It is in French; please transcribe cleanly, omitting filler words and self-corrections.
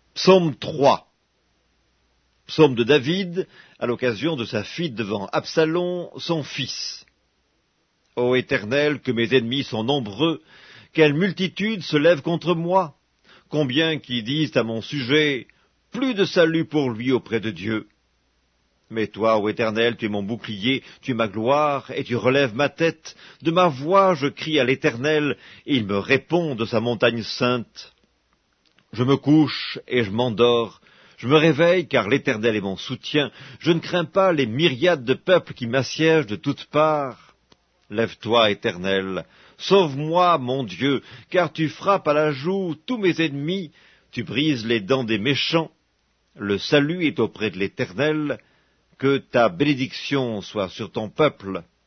Psaume 3. Psaume de David, à l'occasion de sa fuite devant Absalom, son fils. Ô Éternel, que mes ennemis sont nombreux, quelle multitude se lève contre moi, combien qui disent à mon sujet, plus de salut pour lui auprès de Dieu. Mais toi, ô Éternel, tu es mon bouclier, tu es ma gloire, et tu relèves ma tête. De ma voix je crie à l'Éternel, et il me répond de sa montagne sainte. Je me couche et je m'endors, je me réveille car l'Éternel est mon soutien. Je ne crains pas les myriades de peuples qui m'assiègent de toutes parts. Lève-toi, Éternel, sauve-moi, mon Dieu, car tu frappes à la joue tous mes ennemis, tu brises les dents des méchants. Le salut est auprès de l'Éternel, que ta bénédiction soit sur ton peuple.